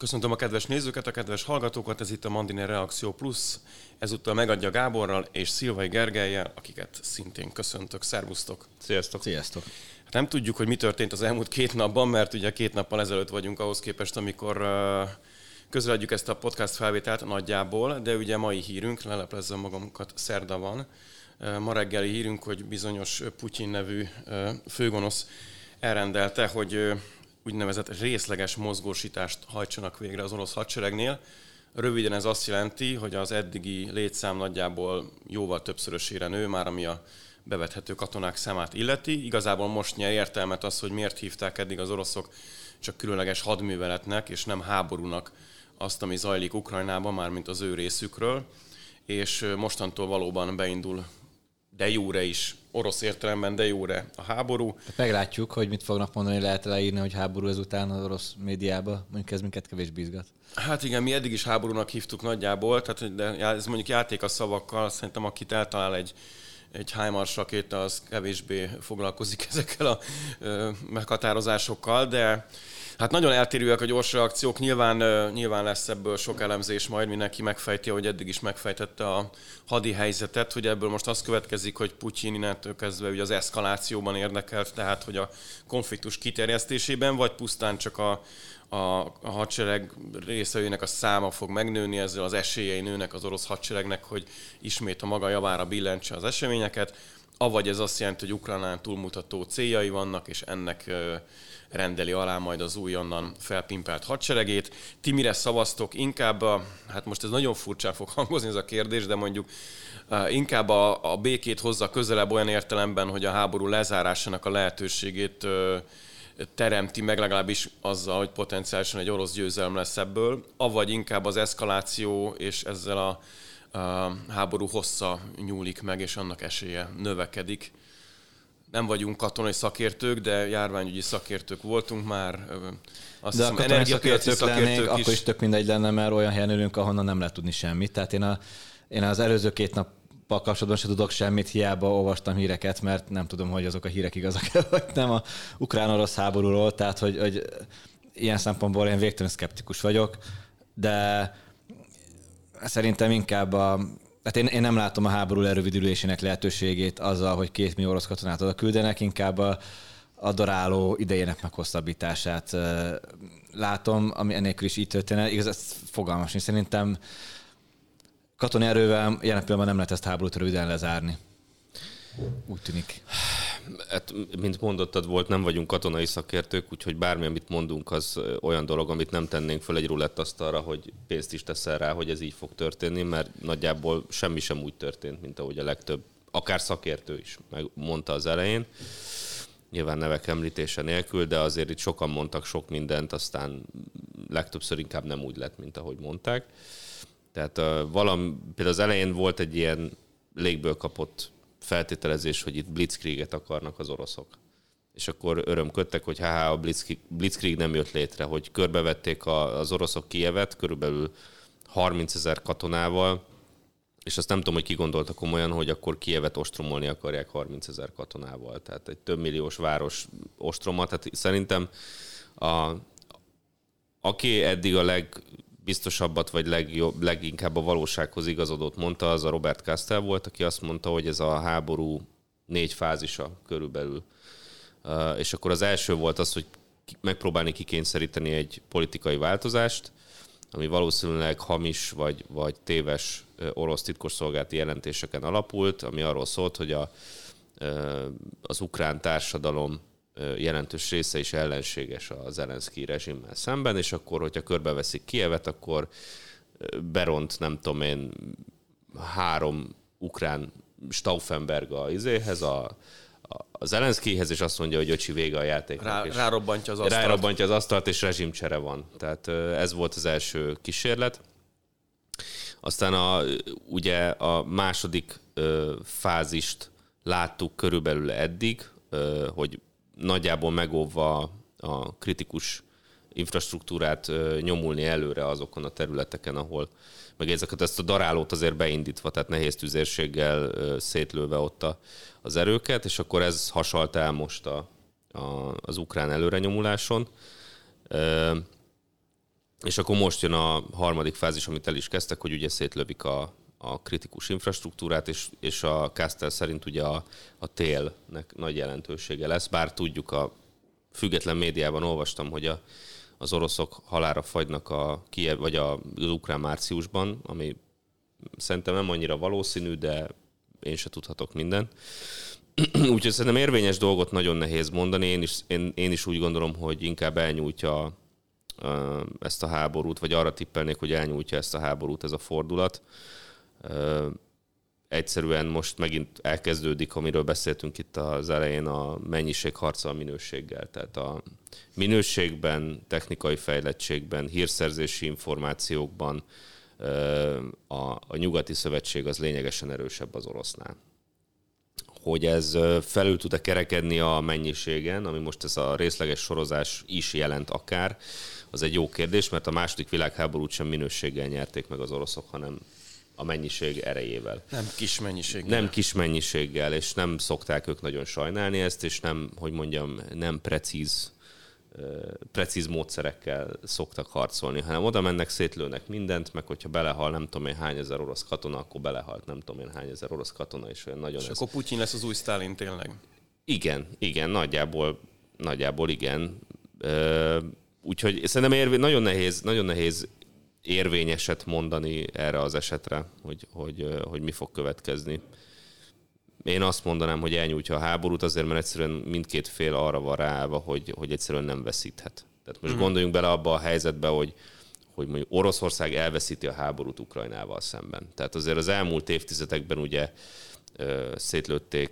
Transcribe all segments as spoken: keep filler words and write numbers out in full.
Köszöntöm a kedves nézőket, a kedves hallgatókat, ez itt a Mandiner Reakció Plus. Ezúttal Megadja Gáborral és Szilvai Gergellyel, akiket szintén köszöntök. Szervusztok! Sziasztok! Sziasztok! Hát nem tudjuk, hogy mi történt az elmúlt két napban, mert ugye két nappal ezelőtt vagyunk ahhoz képest, amikor uh, közreadjuk ezt a podcast felvételt nagyjából, de ugye mai hírünk, leleplezzem magunkat, szerda van. Uh, ma reggeli hírünk, hogy bizonyos Putyin nevű uh, főgonosz elrendelte, hogy uh, úgynevezett részleges mozgósítást hajtsanak végre az orosz hadseregnél. Röviden ez azt jelenti, hogy az eddigi létszám nagyjából jóval többszörösére nő, már ami a bevethető katonák számát illeti. Igazából most nyer értelmet az, hogy miért hívták eddig az oroszok csak különleges hadműveletnek, és nem háborúnak azt, ami zajlik Ukrajnában, mármint az ő részükről. És mostantól valóban beindul de jóre is, orosz értelemben de jóre a háború. Meglátjuk, hogy mit fognak mondani, lehet leírni, hogy háború ezután az orosz médiába. Mondjuk ez minket kevésbé izgat. Hát igen, mi eddig is háborúnak hívtuk nagyjából, tehát de ez mondjuk játék a szavakkal, szerintem akit eltalál egy, egy HIMARS rakéta, az kevésbé foglalkozik ezekkel a ö, meghatározásokkal, de hát nagyon eltérőek a gyors reakciók, nyilván, nyilván lesz ebből sok elemzés, majd mindenki megfejti, hogy eddig is megfejtette a hadi helyzetet, hogy ebből most az következik, hogy Putyin innentől kezdve ugye az eszkalációban érdekelt, tehát hogy a konfliktus kiterjesztésében, vagy pusztán csak a, a, a hadsereg részeinek a száma fog megnőni, ezzel az esélyei nőnek az orosz hadseregnek, hogy ismét a maga javára billentse az eseményeket, avagy ez azt jelenti, hogy Ukrajnán túlmutató céljai vannak, és ennek rendeli alá majd az újonnan felpimpelt hadseregét. Ti mire szavaztok? Inkább, a, hát most ez nagyon furcsán fog hangozni ez a kérdés, de mondjuk inkább a, a békét hozza közelebb olyan értelemben, hogy a háború lezárásának a lehetőségét teremti meg legalábbis azzal, hogy potenciálisan egy orosz győzelem lesz ebből, avagy inkább az eszkaláció és ezzel a, a háború hossza nyúlik meg, és annak esélye növekedik. Nem vagyunk katonai szakértők, de járványügyi szakértők voltunk már. Azt de hiszem, a katonai szakértők lennénk, is. akkor is tök mindegy lenne, mert olyan helyen ülünk, ahonnan nem lehet tudni semmit. Tehát én, a, én az előző két nappal kapcsolatban sem tudok semmit, hiába olvastam híreket, mert nem tudom, hogy azok a hírek igazak-e, vagy nem a ukrán-orosz háborúról. Tehát, hogy, hogy ilyen szempontból én végtelenül szkeptikus vagyok, de szerintem inkább a... Hát én, én nem látom a háború lerövidülésének lehetőségét azzal, hogy két millió orosz katonát oda küldenek, inkább a, a daráló idejének meghosszabbítását uh, látom, ami ennélkül is így történne. Igaz, ez fogalmas nincs. Szerintem katonai erővel jelen pillanatban nem lehet ezt háborút röviden lezárni. Úgy tűnik. Hát, mint mondottad volt, nem vagyunk katonai szakértők, úgyhogy bármi, amit mondunk, az olyan dolog, amit nem tennénk föl egy rulettasztalra, hogy pénzt is teszel rá, hogy ez így fog történni, mert nagyjából semmi sem úgy történt, mint ahogy a legtöbb, akár szakértő is mondta az elején. Nyilván nevek említése nélkül, de azért itt sokan mondtak sok mindent, aztán legtöbbször inkább nem úgy lett, mint ahogy mondták. Tehát uh, valami, például az elején volt egy ilyen légből kapott feltételezés, hogy itt blitzkrieget akarnak az oroszok. És akkor örömködtek, hogy háhá, a blitzkrieg nem jött létre, hogy körbevették az oroszok Kijevet körülbelül harmincezer katonával, és azt nem tudom, hogy ki gondolta komolyan, hogy akkor Kijevet ostromolni akarják harmincezer katonával. Tehát egy több milliós város ostroma. Tehát szerintem a, aki eddig a legbiztosabbat, vagy legjobb, leginkább a valósághoz igazodott mondta, az a Robert Castell volt, aki azt mondta, hogy ez a háború négy fázisa körülbelül. Uh, és akkor az első volt az, hogy megpróbálni kikényszeríteni egy politikai változást, ami valószínűleg hamis vagy, vagy téves uh, orosz titkosszolgálati jelentéseken alapult, ami arról szólt, hogy a, uh, az ukrán társadalom uh, jelentős része is ellenséges a Zelenszkij rezsimmel szemben, és akkor, hogyha körbeveszik Kijevet, akkor uh, beront, nem tudom én, három ukrán Stauffenberg a izéhez, a az Zelenszkijhez, és azt mondja, hogy öcsi, vége a játéknak. Rá, rárobbantja az asztalt. Rárobbantja az asztalt, és rezsimcsere van. Tehát ez volt az első kísérlet. Aztán a, ugye a második ö, fázist láttuk körülbelül eddig, ö, hogy nagyjából megóvva a kritikus infrastruktúrát ö, nyomulni előre azokon a területeken, ahol meg ezeket, ezt a darálót azért beindítva, tehát nehéz tüzérséggel ö, szétlőve ott a, az erőket, és akkor ez hasalt el most a, a, az ukrán előrenyomuláson. Ö, És akkor most jön a harmadik fázis, amit el is kezdtek, hogy ugye szétlövik a, a kritikus infrastruktúrát, és, és a Kastel szerint ugye a, a télnek nagy jelentősége lesz, bár tudjuk, a független médiában olvastam, hogy a, az oroszok halálra fagynak a Kijev, vagy a, az ukrán márciusban, ami szerintem nem annyira valószínű, de én se tudhatok mindent. Úgyhogy szerintem érvényes dolgot nagyon nehéz mondani. Én is, én, én is úgy gondolom, hogy inkább elnyújtja uh, ezt a háborút, vagy arra tippelnék, hogy elnyújtja ezt a háborút ez a fordulat. Uh, egyszerűen most megint elkezdődik, amiről beszéltünk itt az elején, a mennyiség harca a minőséggel. Tehát a minőségben, technikai fejlettségben, hírszerzési információkban uh, a, a nyugati szövetség az lényegesen erősebb az orosznál. Hogy ez felül tud-e kerekedni a mennyiségen, ami most ez a részleges sorozás is jelent akár, az egy jó kérdés, mert a második világháborút sem minőséggel nyerték meg az oroszok, hanem a mennyiség erejével. Nem kis mennyiséggel. Nem kis mennyiséggel, és nem szokták ők nagyon sajnálni ezt, és nem, hogy mondjam, nem precíz, precíz módszerekkel szoktak harcolni, hanem oda mennek, szétlőnek mindent, meg hogyha belehal nem tudom én hány ezer orosz katona, akkor belehalt nem tudom én hány ezer orosz katona, és olyan nagyon és ez... akkor Putyin lesz az új Sztálin tényleg. Igen, igen, nagyjából, nagyjából igen. Úgyhogy szerintem érvé, nagyon nehéz, nagyon nehéz érvényeset mondani erre az esetre, hogy, hogy, hogy mi fog következni. Én azt mondanám, hogy elnyújtja a háborút, azért, mert egyszerűen mindkét fél arra van ráállva, hogy, hogy egyszerűen nem veszíthet. Tehát most mm. gondoljunk bele abba a helyzetbe, hogy, hogy mondjuk Oroszország elveszíti a háborút Ukrajnával szemben. Tehát azért az elmúlt évtizedekben ugye szétlőtték,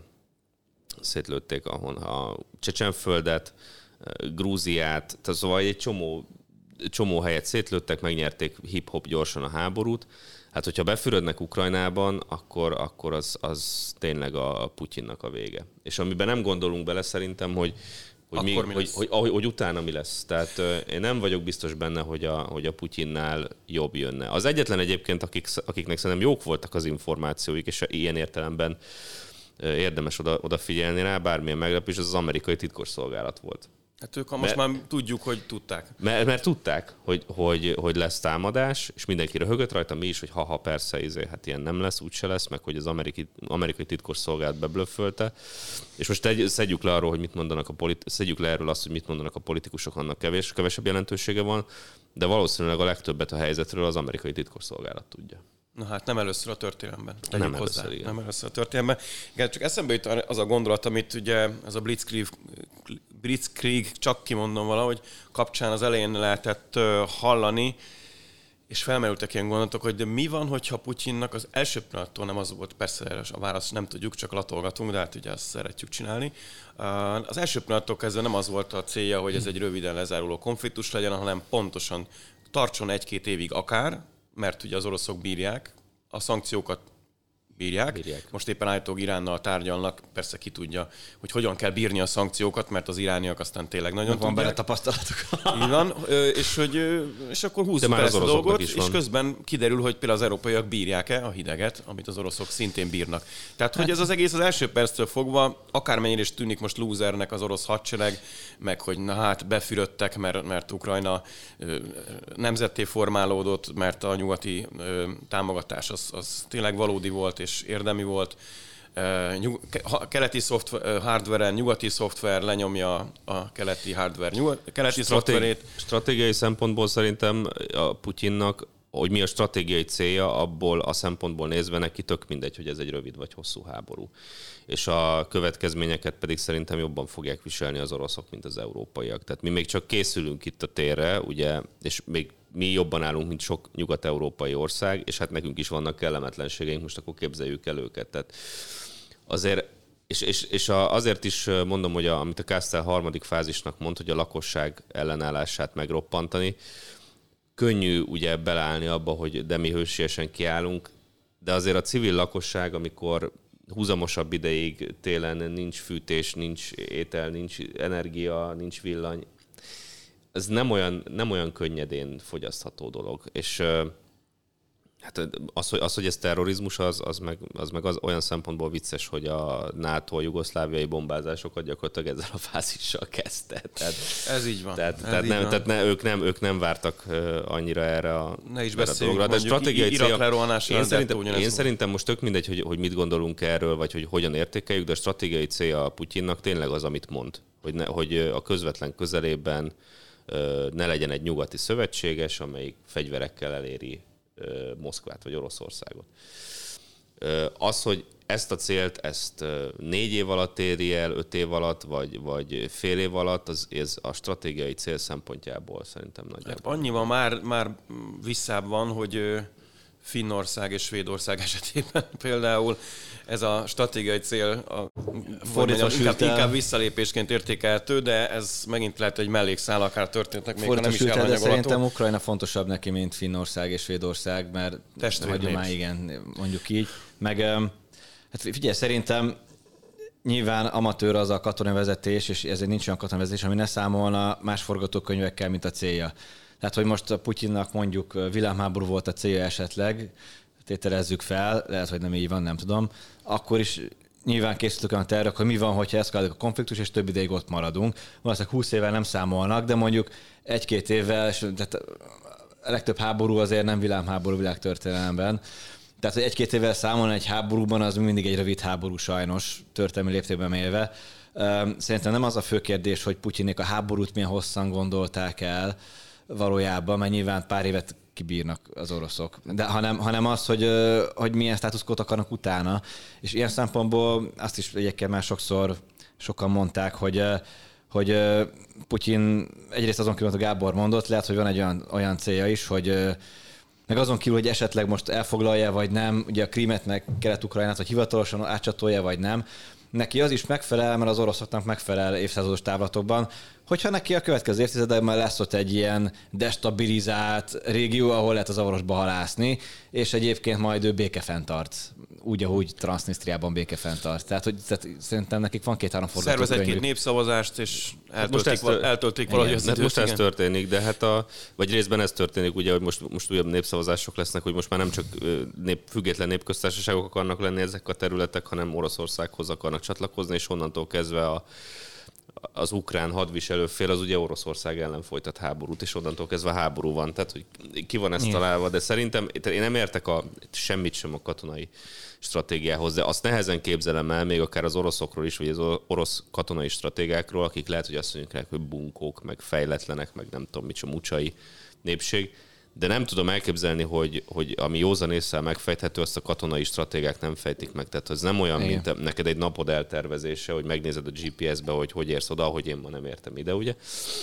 szétlőtték a, a Csecsenföldet, Grúziát, tehát szóval egy csomó, csomó helyet szétlőttek, megnyerték hip-hop gyorsan a háborút. Hát, hogyha befürödnek Ukrajnában, akkor, akkor az, az tényleg a Putyinnak a vége. És amiben nem gondolunk bele szerintem, hogy, hogy, mi, mi hogy, hogy, hogy, hogy utána mi lesz. Tehát én nem vagyok biztos benne, hogy a, hogy a Putyinnál jobb jönne. Az egyetlen egyébként, akik, akiknek szerintem jók voltak az információik, és ilyen értelemben érdemes oda, odafigyelni rá, bármilyen meglepés, az az amerikai titkosszolgálat volt. Hát ők most mert, már tudjuk, hogy tudták. Mert, mert tudták, hogy, hogy, hogy lesz támadás, és mindenki röhögött rajta, mi is, hogy ha-ha persze, izé, hát ilyen nem lesz, úgyse lesz, meg hogy az amerikai, amerikai titkosszolgálat beblöffölte. És most egy, szedjük le arról, hogy mit mondanak a politi- szedjük le erről azt, hogy mit mondanak a politikusok, annak kevés, kevesebb jelentősége van, de valószínűleg a legtöbbet a helyzetről az amerikai titkosszolgálat tudja. Na hát nem először a történelemben. Nem először, igen. Nem először a történelemben. Igen, csak eszembe jut az a gondolat, amit ugye ez a Blitzkrieg, Blitzkrieg, csak kimondom valahogy, kapcsán az elején lehetett hallani, és felmerültek ilyen gondolatok, hogy de mi van, hogyha Putyinnak az első pillanattól nem az volt, persze a választ nem tudjuk, csak latolgatunk, de hát ugye azt szeretjük csinálni. Az első pillanattól kezdve nem az volt a célja, hogy ez egy röviden lezáruló konfliktus legyen, hanem pontosan tartson egy-két évig akár, mert ugye az oroszok bírják, a szankciókat bírják. bírják. Most éppen állítólag Iránnal tárgyalnak, persze ki tudja, hogy hogyan kell bírni a szankciókat, mert az irániak aztán tényleg nagyon tudják. Van bele tapasztalatuk. Így van, és, hogy, és akkor húzzuk el ezt a dolgot, és közben kiderül, hogy például az európaiak bírják-e a hideget, amit az oroszok szintén bírnak. Tehát, hogy ez az egész az első perctől fogva, akármennyire is tűnik most lúzernek az orosz hadsereg, meg hogy na hát befürödtek, mert, mert Ukrajna nemzetté formálódott, mert a nyugati támogatás az, az tényleg valódi volt, és érdemi volt. Keleti szoftver, hardware-en nyugati szoftver lenyomja a keleti hardware nyugati, keleti Stratég, szoftverét. Stratégiai szempontból szerintem a Putyinnak, hogy mi a stratégiai célja, abból a szempontból nézve neki tök mindegy, hogy ez egy rövid vagy hosszú háború. És a következményeket pedig szerintem jobban fogják viselni az oroszok, mint az európaiak. Tehát mi még csak készülünk itt a térre, ugye, és még mi jobban állunk, mint sok nyugat-európai ország, és hát nekünk is vannak kellemetlenségeink, most akkor képzeljük el őket. Tehát azért, és, és, és a, azért is mondom, hogy a, amit a Kastel harmadik fázisnak mond, hogy a lakosság ellenállását megroppantani, könnyű ugye beleállni abba, hogy de mi hősiesen kiállunk, de azért a civil lakosság, amikor húzamosabb ideig télen nincs fűtés, nincs étel, nincs energia, nincs villany, ez nem olyan, nem olyan könnyedén fogyasztható dolog. És, Hát az, hogy, az, hogy ez terrorizmus, az, az, meg, az meg az olyan szempontból vicces, hogy a NATO jugoszláviai bombázásokat gyakorlatilag ezzel a fázissal kezdte. Tehát, ez így van. Tehát, ez tehát, így nem, van. tehát ne, ők, nem, ők nem vártak annyira erre a, ne is erre a dologra. De stratégiai célja, én, szerintem, én szerintem most tök mindegy, hogy, hogy mit gondolunk erről, vagy hogy hogyan értékeljük, de a stratégiai célja a Putyinnak tényleg az, amit mond. Hogy, ne, hogy a közvetlen közelében ne legyen egy nyugati szövetséges, amelyik fegyverekkel eléri Moszkvát vagy Oroszországot. Az, hogy ezt a célt, ezt négy év alatt éri el, öt év alatt, vagy, vagy fél év alatt, az, ez a stratégiai cél szempontjából szerintem nagyjából. Annyiban már, már visszább van, hogy Finnország és Svédország esetében például ez a stratégiai cél a, mondjam, inkább, inkább visszalépésként értékelhető, de ez megint lehet egy mellékszál, akár történtek, még ha nem is elhanyagolható. De szerintem Ukrajna fontosabb neki, mint Finnország és Svédország, mert már igen, mondjuk így. Meg hát figyelj, szerintem nyilván amatőr az a katonai vezetés, és ezért nincs olyan katonai vezetés, ami ne számolna más forgatókönyvekkel, mint a célja. Tehát, hogy most a Putyinnak mondjuk világháború volt a célja esetleg, tételezzük fel, lehet, hogy nem így van, nem tudom, akkor is nyilván készültük olyan tervek, hogy mi van, hogyha eszkalálódik a konfliktus, és több ideig ott maradunk. Valószínűleg húsz évvel nem számolnak, de mondjuk egy-két évvel, tehát a legtöbb háború azért nem világháború világtörténelemben. Tehát, hogy egy-két évvel számolni egy háborúban, az mindig egy rövid háború sajnos, történelmi léptékben mérve. Szerintem nem az a fő kérdés, hogy Putyinék a háborút milyen hosszan gondolták el valójában, mert nyilván pár évet kibírnak az oroszok, de hanem, hanem az, hogy, hogy milyen státuszkót akarnak utána. És ilyen szempontból azt is egyébként már sokszor sokan mondták, hogy, hogy Putyin egyrészt azon kívül, hogy Gábor mondott, lehet, hogy van egy olyan, olyan célja is, hogy meg azon kívül, hogy esetleg most elfoglalja, vagy nem, ugye a Krímet meg Kelet-Ukrajnát, hogy hivatalosan átcsatolja, vagy nem, neki az is megfelel, mert az oroszoknak megfelel évszázados távlatokban, hogyha neki a következő évtizedekben lesz ott egy ilyen destabilizált régió, ahol lehet az zavarosba halászni, és egyébként majd ő békefenntart. Úgy, ahogy Transnistriában békefenntart. Tehát, hogy tehát szerintem nekik van két-három forgatókönyvük. Szervez egy-két népszavazást, és eltöltik, most eltöltik valahogy az időt. Most ez történik, de hát a, vagy részben ez történik, ugye, hogy most, most újabb népszavazások lesznek, hogy most már nem csak nép, független népköztársaságok akarnak lenni ezek a területek, hanem Oroszországhoz akarnak csatlakozni, és onnantól kezdve a az ukrán hadviselő fél az ugye Oroszország ellen folytat háborút, és onnantól kezdve háború van. Tehát, hogy ki van ezt találva, de szerintem én nem értek a, semmit sem a katonai stratégiához, de azt nehezen képzelem el, még akár az oroszokról is, vagy az orosz katonai stratégákról, akik lehet, hogy azt mondják, hogy bunkók, meg fejletlenek, meg nem tudom, micsoda mucsai népség, de nem tudom elképzelni, hogy, hogy ami józan ésszel megfejthető, azt a katonai stratégák nem fejtik meg. Tehát ez nem olyan, igen, mint neked egy napod eltervezése, hogy megnézed a gé pé es-be, hogy hogy érsz oda, hogy én ma nem értem ide, ugye?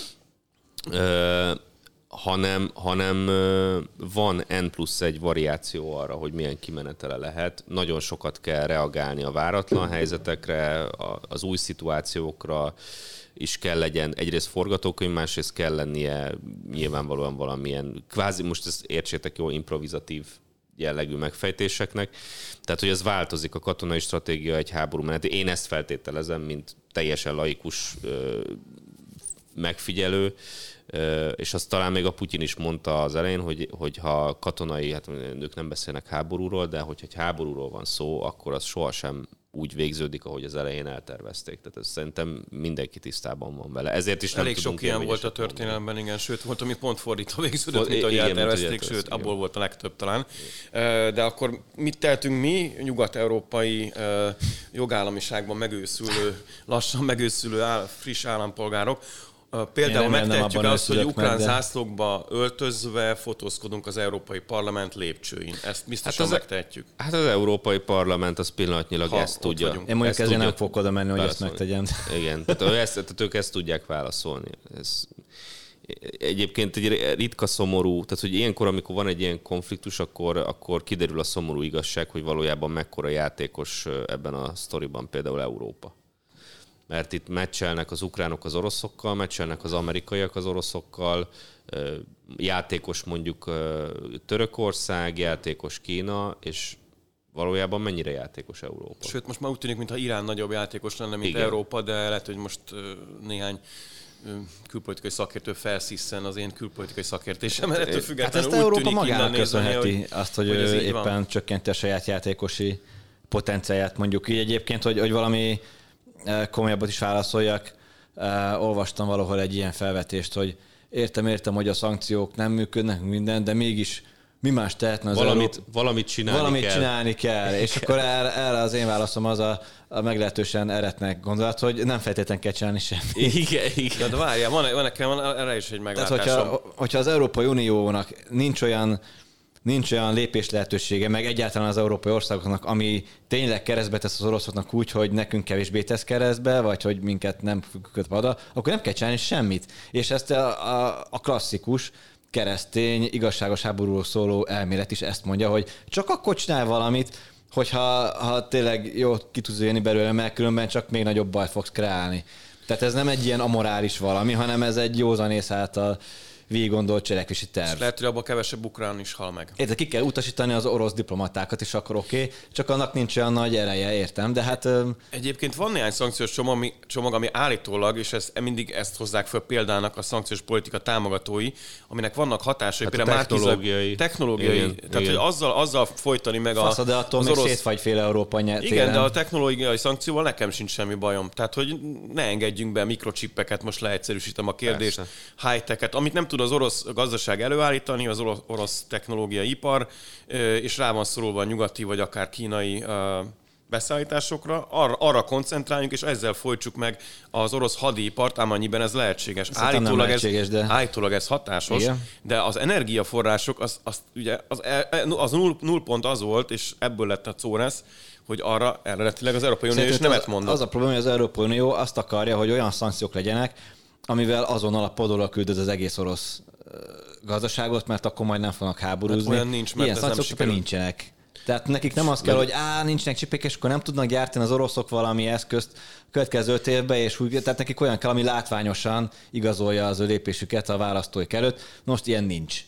Ö, hanem, hanem van N plusz egy variáció arra, hogy milyen kimenetele lehet. Nagyon sokat kell reagálni a váratlan helyzetekre, az új szituációkra, is kell legyen egyrészt forgatókönyv, másrészt kell lennie nyilvánvalóan valamilyen, kvázi most ezt értsétek jól, improvizatív jellegű megfejtéseknek. Tehát, hogy ez változik a katonai stratégia egy háború menet. Én ezt feltételezem, mint teljesen laikus ö, megfigyelő, ö, és azt talán még a Putyin is mondta az elején, hogy, hogy ha katonai, hát ők nem beszélnek háborúról, de hogyha egy háborúról van szó, akkor az sohasem úgy végződik, ahogy az elején eltervezték. Tehát ez szerintem mindenki tisztában van vele. Ezért is nem elég sok ilyen volt a történelemben, igen, sőt, volt, ami pont fordítva végződött, For, mint ahogy eltervezték, sőt, igen, abból volt a legtöbb talán. De akkor mit tehetünk mi, nyugat-európai jogállamiságban megőszülő, lassan megőszülő áll, friss állampolgárok, például megtehetjük azt, hogy ukrán meg, de... zászlókba öltözve fotózkodunk az Európai Parlament lépcsőin. Ezt biztosan hát az, megtehetjük. Hát az Európai Parlament az pillanatnyilag ha ezt tudja. Vagyunk. Én mondjuk ezért nem fogok oda menni, hogy ezt megtegyem. Igen, tehát, ezt, tehát ők ezt tudják válaszolni. Ez egyébként egy ritka szomorú, tehát hogy ilyenkor, amikor van egy ilyen konfliktus, akkor, akkor kiderül a szomorú igazság, hogy valójában mekkora játékos ebben a sztoriban például Európa. Mert itt meccselnek az ukránok az oroszokkal, meccselnek az amerikaiak az oroszokkal, játékos mondjuk Törökország, játékos Kína, és valójában mennyire játékos Európa. Sőt, most már úgy tűnik, mintha Irán nagyobb játékos lenne, mint igen, Európa, de lehet, hogy most néhány külpolitikai szakértő felszisszen az én külpolitikai szakértésemet. Ettől függetlenül hát ezt Európa magának köszönheti nézni, hogy, azt, hogy, hogy éppen van. Csökkenti a saját játékosi potenciáját, mondjuk így egyébként, hogy, hogy valami komolyabbat is válaszoljak. Uh, olvastam valahol egy ilyen felvetést, hogy értem, értem, hogy a szankciók nem működnek minden, de mégis mi más tehetne az valamit, Európa... valamit csinálni valamit kell. csinálni kell. És akkor erre, erre az én válaszom az a, a meglehetősen eretnek gondolat, hogy nem feltétlenül kell csinálni semmit. Igen, igen. De, de várjál, van, van nekem van erre is egy meglátásom. Tehát, hogyha, hogyha az Európai Uniónak nincs olyan nincs olyan lépés lehetősége, meg egyáltalán az európai országoknak, ami tényleg keresztbe tesz az oroszoknak úgy, hogy nekünk kevésbé tesz keresztbe, vagy hogy minket nem köt vada, akkor nem kell csinálni semmit. És ezt a, a, a klasszikus keresztény, igazságos háborúról szóló elmélet is ezt mondja, hogy csak akkor csinál valamit, hogyha ha tényleg jó ki tudsz jönni belőle, mert különben csak még nagyobb baj fogsz kreálni. Tehát ez nem egy ilyen amorális valami, hanem ez egy józanész által végig gondolt cselekvési terv. És lehet, hogy abban kevesebb ukrán is hal meg. Érted, ki kell utasítani az orosz diplomatákat, és akkor oké, okay, csak annak nincs olyan nagy ereje, értem, de hát... Egyébként van néhány szankciós csomag, ami, csomag, ami állítólag, és ezt, mindig ezt hozzák föl példának a szankciós politika támogatói, aminek vannak hatásai, hát például technológiai. technológiai. Igen, tehát, igen. hogy azzal, azzal folytani meg Fasza, a... de attól az még orosz... szétfagyféle Európa nyert. Igen, de a technológiai szankcióval nekem sincs semmi bajom. Tehát, hogy ne engedjünk be mikrocsippeket, most leegyszerűsítem a kérdést, high-techet, amit nem tud az orosz gazdaság előállítani, az orosz technológiai ipar, és rá van szorulva a nyugati vagy akár kínai beszállításokra, arra, arra koncentráljunk, és ezzel folytsuk meg az orosz hadipart, amennyiben ez lehetséges. Állítólag, lehetséges ez, de... állítólag ez hatásos, igen. De az energiaforrások, az, az, ugye, az, az null, null pont az volt, és ebből lett a Czóresz, hogy arra eredetileg az Európai Unió is nemet mondott. Az a probléma, hogy az Európai Unió azt akarja, hogy olyan szankciók legyenek, amivel azonnal a podolra küldöd az egész orosz gazdaságot, mert akkor majd nem fognak háborúzni. Hát olyan nincs, mert ilyen szankciók nincsenek. Tehát nekik nem az kell, hogy á, nincsenek csipék, és akkor nem tudnak gyártani az oroszok valami eszközt következő öt évben, és úgy, tehát nekik olyan kell, ami látványosan igazolja az ő lépésüket a választóik előtt. Most ilyen nincs.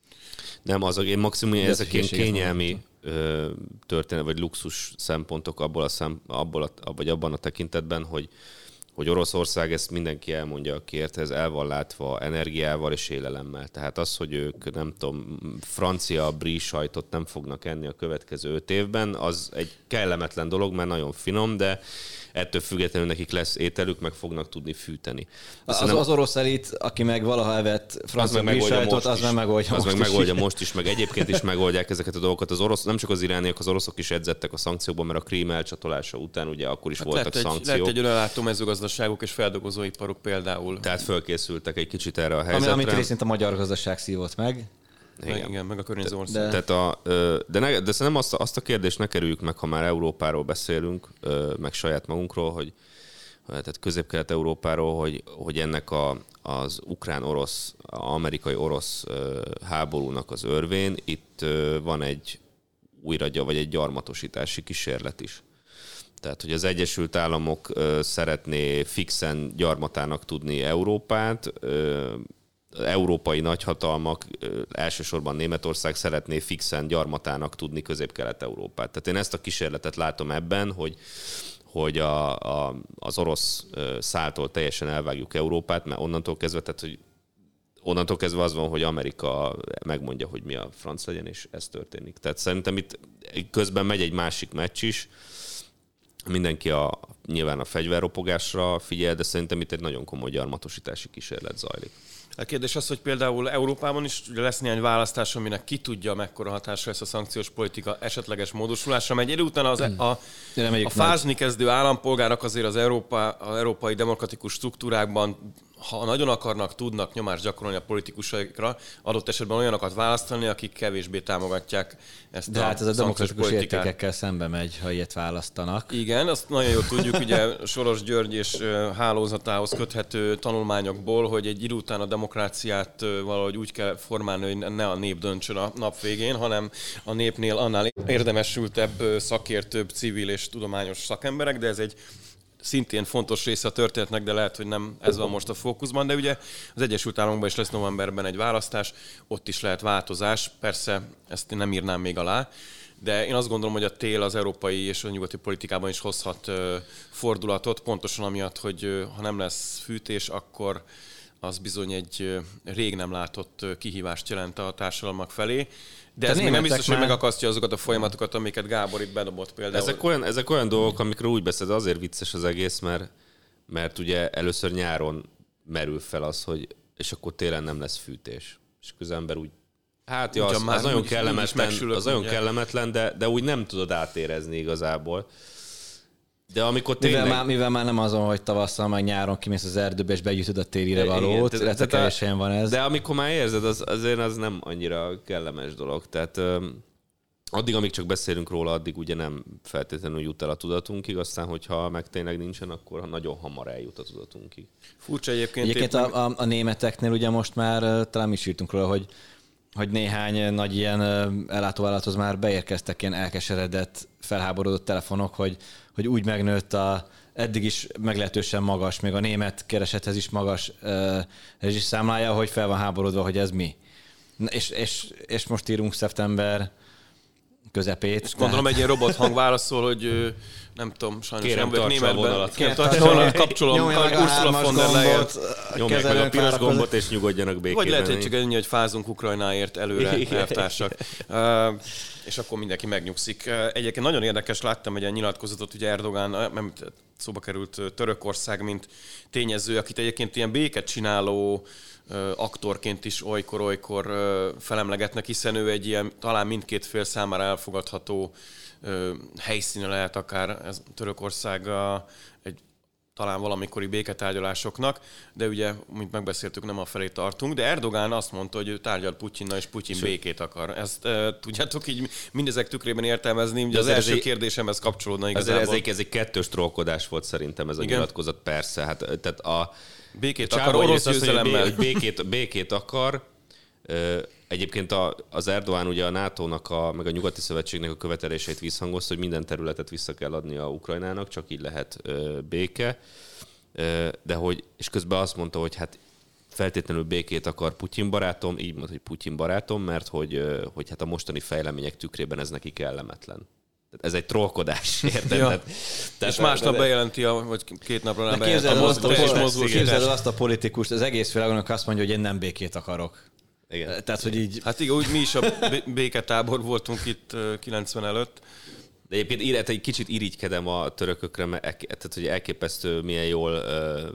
Nem, azok én maximum ezek ilyen kényelmi történet, vagy luxus szempontok abból a szem, abból a, vagy abban a tekintetben, hogy hogy Oroszország, ezt mindenki elmondja, aki ért, ez el van látva energiával és élelemmel. Tehát az, hogy ők, nem tudom, francia brie sajtot nem fognak enni a következő öt évben, az egy kellemetlen dolog, mert nagyon finom, de ettől függetlenül nekik lesz ételük, meg fognak tudni fűteni. Az, nem... az orosz elit, aki meg valaha evett francia brie sajtot, az meg megoldja az most meg is. megoldja most is, meg egyébként is megoldják ezeket a dolgokat. Az orosz, nem csak az irániak, az oroszok is edzettek a szankciókban, mert a Krím elcsatolása után ugye akkor is hát voltak lett szankciók. Egy, lett egy önellátó mezőgazdaságok és feldolgozóiparok például. Tehát fölkészültek egy kicsit erre a helyzetre. Ami, amit részint a magyar gazdaság szívott meg. Igen, meg, igen, meg a környező ország. De, Tehát a, de, ne, de szerintem azt, azt a kérdést ne kerüljük meg, ha már Európáról beszélünk, meg saját magunkról, hogy tehát Közép-Kelet-Európáról, hogy, hogy ennek a, az ukrán-orosz, amerikai-orosz háborúnak az örvén itt van egy újra, vagy egy gyarmatosítási kísérlet is. Tehát, hogy az Egyesült Államok szeretné fixen gyarmatának tudni Európát, európai nagyhatalmak, elsősorban Németország szeretné fixen gyarmatának tudni Közép-Kelet-Európát. Tehát én ezt a kísérletet látom ebben, hogy hogy a, a, az orosz száltól teljesen elvágjuk Európát, mert onnantól kezdve, tehát, hogy onnantól kezdve az van, hogy Amerika megmondja, hogy mi a franc legyen, és ez történik. Tehát szerintem itt közben megy egy másik meccs is, mindenki a, nyilván a fegyverropogásra figyel, de szerintem itt egy nagyon komoly gyarmatosítási kísérlet zajlik. A kérdés az, hogy például Európában is lesz néhány választás, aminek ki tudja, mekkora hatása lesz a szankciós politika esetleges módosulásra megy. Idő után az, a, a fázni kezdő állampolgárok azért az, Európa, az európai demokratikus struktúrákban, ha nagyon akarnak, tudnak nyomást gyakorolni a politikusaikra, adott esetben olyanokat választani, akik kevésbé támogatják ezt De a hát ez a demokratikus politikát. értékekkel szembe megy, ha ilyet választanak. Igen, azt nagyon jól tudjuk, ugye Soros György és hálózatához köthető tanulmányokból, hogy egy idő után a demokráciát valahogy úgy kell formálni, hogy ne a nép döntsön a nap végén, hanem a népnél annál érdemesültebb, szakértőbb, civil és tudományos szakemberek, de ez egy szintén fontos része a történetnek, de lehet, hogy nem ez van most a fókuszban, de ugye az Egyesült Államokban is lesz novemberben egy választás, ott is lehet változás, persze ezt én nem írnám még alá, de én azt gondolom, hogy a tél az európai és a nyugati politikában is hozhat fordulatot, pontosan amiatt, hogy ha nem lesz fűtés, akkor az bizony egy rég nem látott kihívást jelent a társadalmak felé. De, de ez még nem biztos, már... hogy megakasztja azokat a folyamatokat, amiket Gábor itt bedobott például. Ezek olyan, ezek olyan dolgok, amikről úgy beszél, azért vicces az egész, mert, mert ugye először nyáron merül fel az, hogy és akkor télen nem lesz fűtés. És közember úgy, hát ja, az, az nagyon kellemetlen, az nagyon kellemetlen, de, de úgy nem tudod átérezni igazából. De amikor tényleg... Mivel már, mivel már nem azon, hogy tavasszal, meg nyáron kimész az erdőbe, és begyűjtöd a télire valót, illetve kevés helyen van ez. De amikor már érzed, az, azért az nem annyira kellemes dolog. Tehát öm, addig, amíg csak beszélünk róla, addig ugye nem feltétlenül jut el a tudatunkig, aztán, hogyha meg tényleg nincsen, akkor nagyon hamar eljut a tudatunkig. Furcsa egyébként. Egyébként éppen... a, a, a németeknél ugye most már talán is írtunk róla, hogy hogy néhány nagy ilyen ellátóvállalathoz már beérkeztek ilyen elkeseredett, felháborodott telefonok, hogy, hogy úgy megnőtt a eddig is meglehetősen magas, még a német keresethez is magas uh, rezsiszámlája, hogy fel van háborodva, hogy ez mi. Na, és, és, és most írunk szeptember közepét. És gondolom tehát... egy ilyen robothang válaszol, hogy nem tudom, sajnos kérem, nem vagyok németben. Kérem, tartsa a vonalat, kapcsolom, Ursula von der Leyen. Nyomják meg a piros gombot, és nyugodjanak békében. Vagy lehet, hogy csak ennyi, hogy fázunk Ukrajnáért előre, elvtársak. Uh, és akkor mindenki megnyugszik. Egyébként nagyon érdekes, láttam egy ilyen nyilatkozatot, ugye Erdogán, nem szóba került Törökország, mint tényező, akit egyébként ilyen béket csináló aktorként is olykor-olykor felemlegetnek, hiszen ő egy ilyen talán mindkét fél számára elfogadható helyszíne lehet akár ez Törökország egy talán valamikori béketárgyalásoknak, de ugye, mint megbeszéltük, nem afelé tartunk, de Erdogán azt mondta, hogy ő tárgyal Putyinnal, és Putyin békét akar. Ezt e, tudjátok így mindezek tükrében értelmezni, ugye az első egy, kérdésemhez kapcsolódna igazából. Ez egy, ez egy kettős trollkodás volt szerintem ez a igen? nyilatkozat, persze. Hát, tehát a békét akar orosz győzelemmel. Hogy békét, békét akar. Egyébként a, az Erdoğan ugye a nátónak, a, meg a nyugati szövetségnek a követeléseit visszhangozta, hogy minden területet vissza kell adni a Ukrajnának, csak így lehet ö, béke. Ö, de hogy, és közben azt mondta, hogy hát feltétlenül békét akar Putyin barátom, így mondta, hogy Putyin barátom, mert hogy, ö, hogy hát a mostani fejlemények tükrében ez neki kellemetlen. Ez egy trollkodás, érted? Ja. Tehát, és másnap de... bejelenti, a, vagy két napra nem bejelenti a mozgósítás. Képzeld azt a politikust, az egész világon azt mondja, hogy én nem békét akarok. Igen. Tehát, hogy így... Hát igen, úgy mi is a béketábor voltunk itt kilencven előtt. De egyébként egy kicsit irigykedem a törökökre, mert tehát, hogy elképesztő milyen jól ö,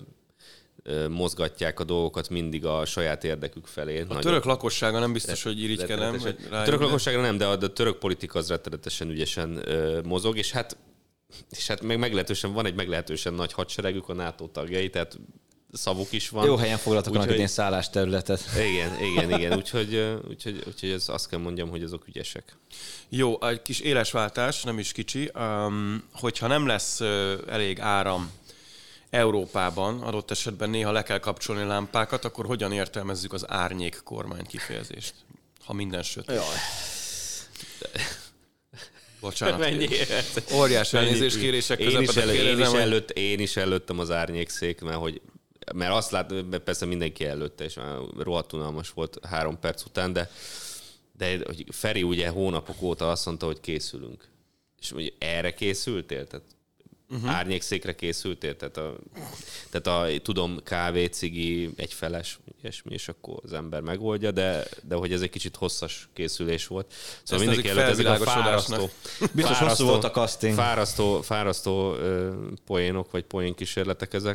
ö, mozgatják a dolgokat mindig a saját érdekük felé. A Nagyon... török lakossága nem biztos, hogy irigykedem. A török lakossága nem, de a, a török politika az rettenetesen ügyesen ö, mozog, és hát, és hát meg meglehetősen, van egy meglehetősen nagy hadseregük, a NATO tagjai, tehát szavuk is van. Jó helyen foglaltak annak egy szállásterületet. Igen, igen, igen. Úgyhogy, úgyhogy, úgyhogy ez azt kell mondjam, hogy azok ügyesek. Jó, egy kis élesváltás, nem is kicsi. Um, hogyha nem lesz uh, elég áram Európában, adott esetben néha le kell kapcsolni lámpákat, akkor hogyan értelmezzük az árnyék kormány kifejezést? Ha minden sötét. Jaj. Bocsánat. Óriás elnézést kérések közepette én, is előtt, én is előttem az árnyékszék, mert hogy mert azt lát, persze mindenki előtte, és rohadt unalmas volt három perc után, de, de hogy Feri ugye hónapok óta azt mondta, hogy készülünk. És ugye erre készültél? Tehát uh-huh. árnyékszékre készültél? Tehát, a, tehát a, tudom, kávé, cigi, egyfeles, ilyesmi, és akkor az ember megoldja, de, de hogy ez egy kicsit hosszas készülés volt. Szóval mindenki előtt ezek a fárasztó, biztos hosszú volt a casting. Fárasztó, fárasztó ö, poénok, vagy poén kísérletek ezek.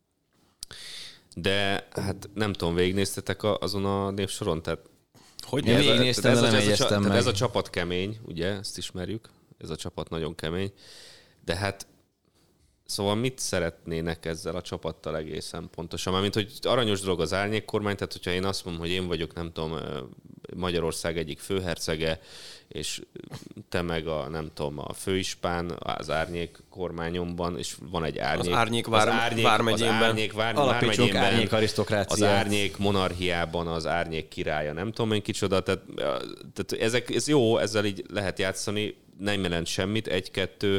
De hát nem tudom, végignéztetek azon a névsoron? Tehát, hogy én végignéztem, de nem egyeztem meg. Ez a csapat kemény, ugye, ezt ismerjük. Ez a csapat nagyon kemény. De hát szóval mit szeretnének ezzel a csapattal egészen pontosan? Mármint, hogy aranyos dolog az árnyékkormány, tehát hogyha én azt mondom, hogy én vagyok, nem tudom, Magyarország egyik főhercege, és te meg a, nem tudom, a főispán az árnyék kormányomban, és van egy árnyék... Az árnyék, vár, az árnyék vármegyénben. Az árnyék vár, alapítsunk árnyék arisztokráciát. Az árnyék monarchiában az árnyék királya, nem tudom én kicsoda, tehát, tehát ezek, ez jó, ezzel így lehet játszani, nem jelent semmit, egy-kettő,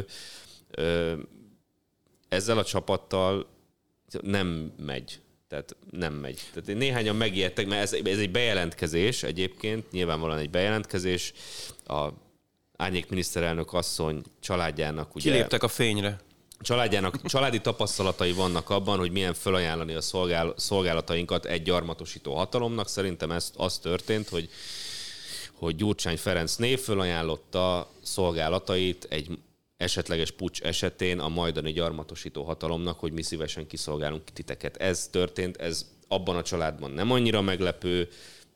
ezzel a csapattal nem megy. Tehát nem megy. Tehát néhányan megijedtek, mert ez, ez egy bejelentkezés egyébként, nyilvánvalóan egy bejelentkezés. A árnyék miniszterelnök asszony családjának ugye... Kiléptek a fényre. Családjának, családi tapasztalatai vannak abban, hogy milyen felajánlani a szolgál, szolgálatainkat egy gyarmatosító hatalomnak. Szerintem ez az történt, hogy, hogy Gyurcsány Ferenc név felajánlotta szolgálatait egy esetleges puccs esetén a majdani gyarmatosító hatalomnak, hogy mi szívesen kiszolgálunk titeket. Ez történt, ez abban a családban nem annyira meglepő,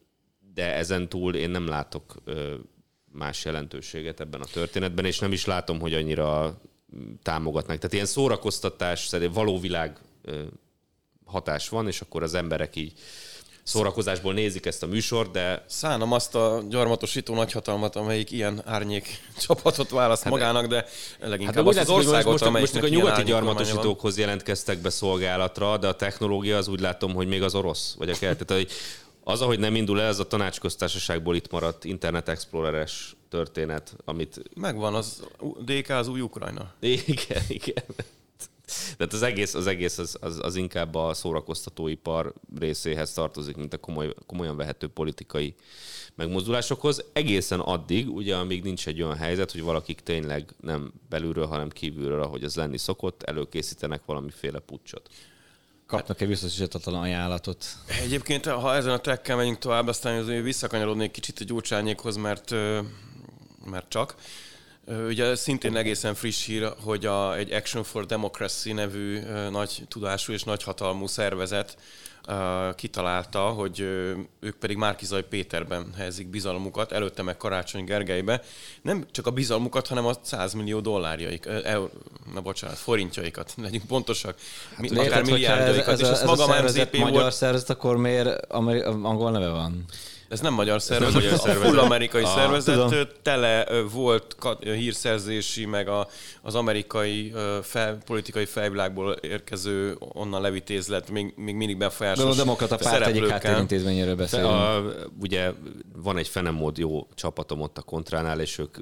de ezen túl én nem látok ö, más jelentőséget ebben a történetben, és nem is látom, hogy annyira támogatnak. Tehát ilyen szórakoztatás, való világ ö, hatás van, és akkor az emberek így szórakozásból nézik ezt a műsort, de... Szánom azt a gyarmatosító nagyhatalmat, amelyik ilyen árnyék csapatot választ hát magának, de leginkább hát, azt az országot, most, amelyik most a nyugati gyarmatosítókhoz jelentkeztek be szolgálatra, de a technológia az úgy látom, hogy még az orosz, vagy a kelet. Tehát az, ahogy nem indul el, ez a tanácsköztársaságból itt maradt Internet Explorer-es történet, amit... Megvan, az dé ká az új Ukrajna. Igen, igen. Tehát az egész, az, egész az, az, az inkább a szórakoztatóipar részéhez tartozik, mint a komoly, komolyan vehető politikai megmozdulásokhoz. Egészen addig, ugye, amíg nincs egy olyan helyzet, hogy valakik tényleg nem belülről, hanem kívülről, ahogy ez lenni szokott, előkészítenek valamiféle puccsot. Kapnak-e biztosíthatatlan ajánlatot? Egyébként, ha ezen a trekkel megyünk tovább, aztán azért visszakanyarodnék kicsit a Gyurcsányékhoz, mert, mert csak. Ugye szintén egészen friss hír, hogy a, egy Action for Democracy nevű nagy tudású és nagy hatalmú szervezet uh, kitalálta, hogy uh, ők pedig Márki-Zay Péterben helyezik bizalmukat, előtte meg Karácsony Gergelybe. Nem csak a bizalmukat, hanem a száz millió dollárjaik, uh, na bocsánat, forintjaikat, legyünk pontosak, hát, akár érted, milliárdjaikat. Ez, ez, és ez, ez maga a szervezet magyar volt... szervezet, akkor miért ameri- angol neve van? Ez nem magyar szervezet, nem magyar szervezet. Full amerikai ah, szervezet. Tudom. Tele volt hírszerzési, meg a, az amerikai fel, politikai felvilágból érkező onnan levitézlet, még, még mindig befolyásos szereplőkkel. De a demokrata párt egyik háttérintézményéről beszélünk. A, ugye van egy fenemód jó csapatom ott a Kontránál, és ők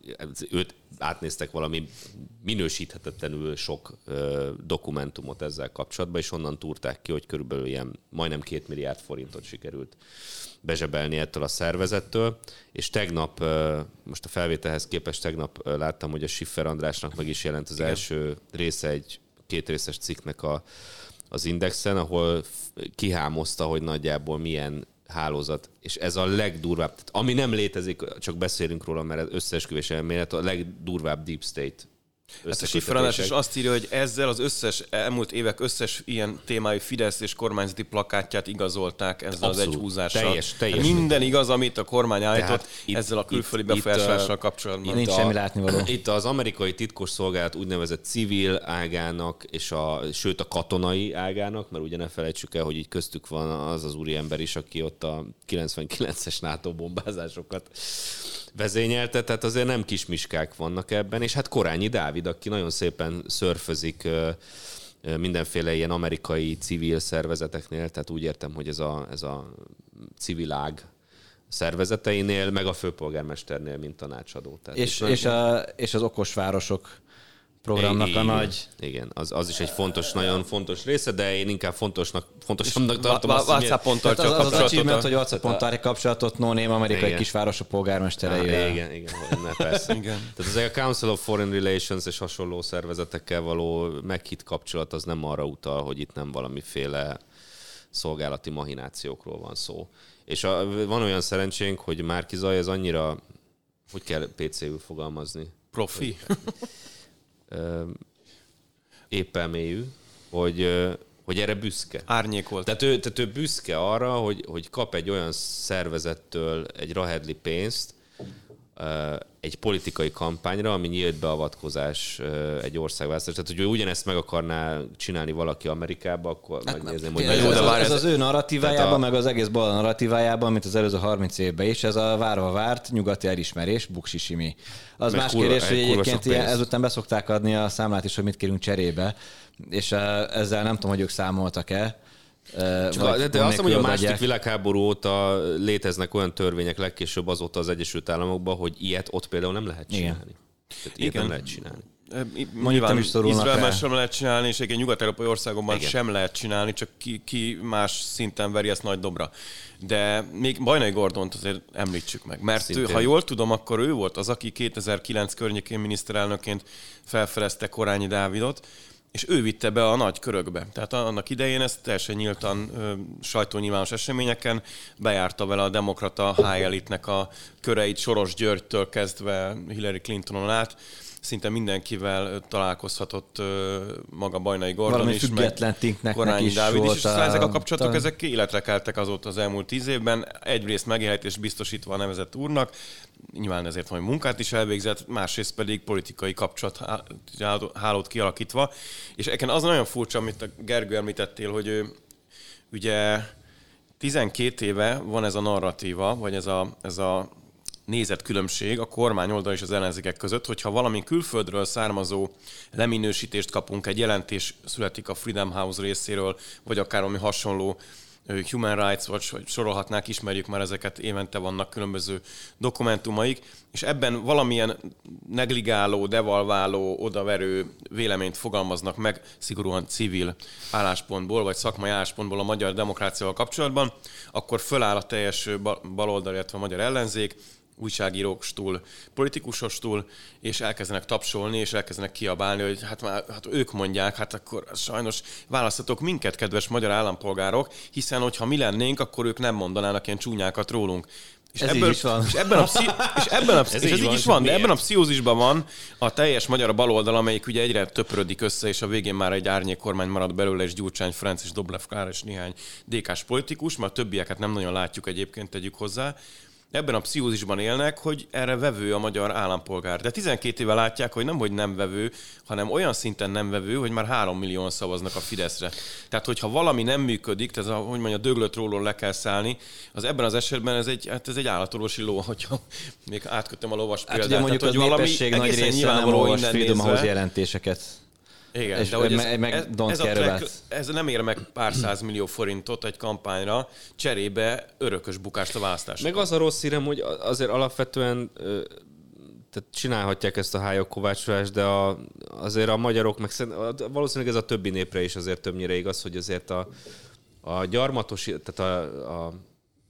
őt átnéztek valami minősíthetetlenül sok ö, dokumentumot ezzel kapcsolatban, és onnan túrták ki, hogy körülbelül ilyen majdnem két milliárd forintot sikerült bezsebelni ettől a szervezettől, és tegnap, most a felvételhez képest tegnap láttam, hogy a Schiffer Andrásnak meg is jelent az Igen. első része egy kétrészes cikknek a, az Indexen, ahol kihámozta, hogy nagyjából milyen hálózat, és ez a legdurvább, tehát ami nem létezik, csak beszélünk róla, mert ez összeesküvés elmélet, a legdurvább deep state. Hát a Schiffer András is azt írja, hogy ezzel az összes, elmúlt évek összes ilyen témájú Fidesz és kormányzati plakátját igazolták ezzel Abszolút. az egy húzással. Teljes, teljes. Minden igaz, amit a kormány állított ezzel a külföldi befolyásolással kapcsolatban. Nincs semmi látnivaló. Itt az amerikai titkos szolgálat úgynevezett civil ágának, és a, sőt a katonai ágának, mert ugye ne felejtsük el, hogy így köztük van az az úriember is, aki ott a kilencvenkilences NATO bombázásokat vezényelte, tehát azért nem kismiskák vannak ebben, és hát Korányi Dávid, aki nagyon szépen szörfözik mindenféle ilyen amerikai civil szervezeteknél, tehát úgy értem, hogy ez a, ez a civil ág szervezeteinél, meg a főpolgármesternél, mint tanácsadó. Tehát és, és, a, és az okos városok programnak igen, a nagy... Igen, az, az is egy fontos, nagyon fontos része, de én inkább fontosnak, fontosabbnak tartom azt, hogy... WhatsAppon tartja a kapcsolatot. Az az achievement, hogy WhatsAppon tartja kapcsolatot, no-name amerikai igen. kisvárosok polgármestereivel. Igen, igen, ne, persze. igen. Tehát az a Council of Foreign Relations és hasonló szervezetekkel való meghitt kapcsolat az nem arra utal, hogy itt nem valamiféle szolgálati mahinációkról van szó. És a, van olyan szerencsénk, hogy Márki-Zay ez annyira, hogy kell pé cé-ül fogalmazni? Profi. Épp elmélyű, hogy, hogy erre büszke. Árnyékolt. Tehát ő, tehát ő büszke arra, hogy, hogy kap egy olyan szervezettől egy rahedli pénzt egy politikai kampányra, ami nyílt beavatkozás egy országválasztás. Tehát, hogy ő ugyanezt meg akarná csinálni valaki Amerikába, akkor hát megnézném, hogy... Ez, ez, az, ez az ő narratívájában, a... meg az egész bal narratívájában, mint az előző harminc évben is, ez a várva várt nyugati elismerés, buksisimi. Az meg más kurva, kérdés, hogy egyébként ilyen, ezután beszokták adni a számlát is, hogy mit kérünk cserébe, és ezzel nem tudom, hogy ők számoltak-e. Csak de, de azt mondom, hogy a második világháború óta léteznek olyan törvények, legkésőbb azóta az Egyesült Államokban, hogy ilyet ott például nem lehet csinálni. Igen. Tehát ilyet nem lehet csinálni. nyilván Izraelben sem lehet csinálni, és egy nyugat-európai országokban igen. sem lehet csinálni, csak ki, ki más szinten veri ezt nagy dobra. De még Bajnai Gordont azért említsük meg, mert ő, ha jól tudom, akkor ő volt az, aki kétezer-kilenc környékén miniszterelnökként felfedezte Korányi Dávidot, és ő vitte be a nagy körökbe. Tehát annak idején ezt teljesen nyíltan sajtónyilvános eseményeken bejárta vele a demokrata high elite-nek a köreit, Soros Györgytől kezdve Hillary Clintonon át. Szinte mindenkivel találkozhatott maga Bajnai Gordon valami is, független meg Korányi Dávid is, és ezek a kapcsolatok a... ezek életre keltek azóta az elmúlt tíz évben. Egyrészt megélhetés biztosítva a nevezett úrnak, nyilván ezért majd munkát is elvégzett, másrészt pedig politikai kapcsolathálót kialakítva. És eken az nagyon furcsa, amit a Gergő említettél, hogy ő ugye tizenkét éve van ez a narratíva, vagy ez a, ez a nézetkülönbség a kormány oldal és az ellenzékek között, hogyha valami külföldről származó leminősítést kapunk, egy jelentés születik a Freedom House részéről, vagy akár valami hasonló Human Rights Watch, vagy sorolhatnák, ismerjük már ezeket, évente vannak különböző dokumentumaik, és ebben valamilyen negligáló, devalváló, odaverő véleményt fogalmaznak meg szigorúan civil álláspontból, vagy szakmai álláspontból a magyar demokráciával kapcsolatban, akkor föláll a teljes baloldal, illetve a magyar ellenzék, újságírókstól, politikusostól, és elkezdenek tapsolni, és elkezdenek kiabálni, hogy hát már hát ők mondják, hát akkor sajnos választatok minket, kedves magyar állampolgárok, hiszen hogyha mi lennénk, akkor ők nem mondanának ilyen csúnyákat rólunk. És ez ebből, így is van. És ebben a, pszi, és ebben a, pszi, és ez így van, is van, de ebben a pszichózisban van a teljes magyar baloldal, amelyik ugye egyre töpörödik össze, és a végén már egy árnyék kormány marad belőle, és Gyurcsány Ferenc és Dobrev Klára és néhány dé ká-s politikus, mert a többieket nem nagyon látjuk egyébként, tegyük hozzá. Ebben a pszichózisban élnek, hogy erre vevő a magyar állampolgár. De tizenkét éve látják, hogy nem, hogy nem vevő, hanem olyan szinten nem vevő, hogy már három millióan szavaznak a Fideszre. Tehát, hogyha valami nem működik, tehát a, hogy mondja, döglött rólól le kell szállni, az ebben az esetben ez egy, hát ez egy állatorvosi ló, hogyha még átkötöm a lovas példát. Hát ugye mondjuk tehát, az népesség nagy része nem olvas Freedom House jelentéseket. Igen, és de hogy ez, meg ez, ez, a track, ez nem ér meg pár százmillió forintot egy kampányra, cserébe örökös bukást a választásra. Meg az a rossz hírem, hogy azért alapvetően tehát csinálhatják ezt a hályok kovácsolást, de a, azért a magyarok, meg valószínűleg ez a többi népre is azért többnyire igaz, hogy azért a, a gyarmatos, tehát a, a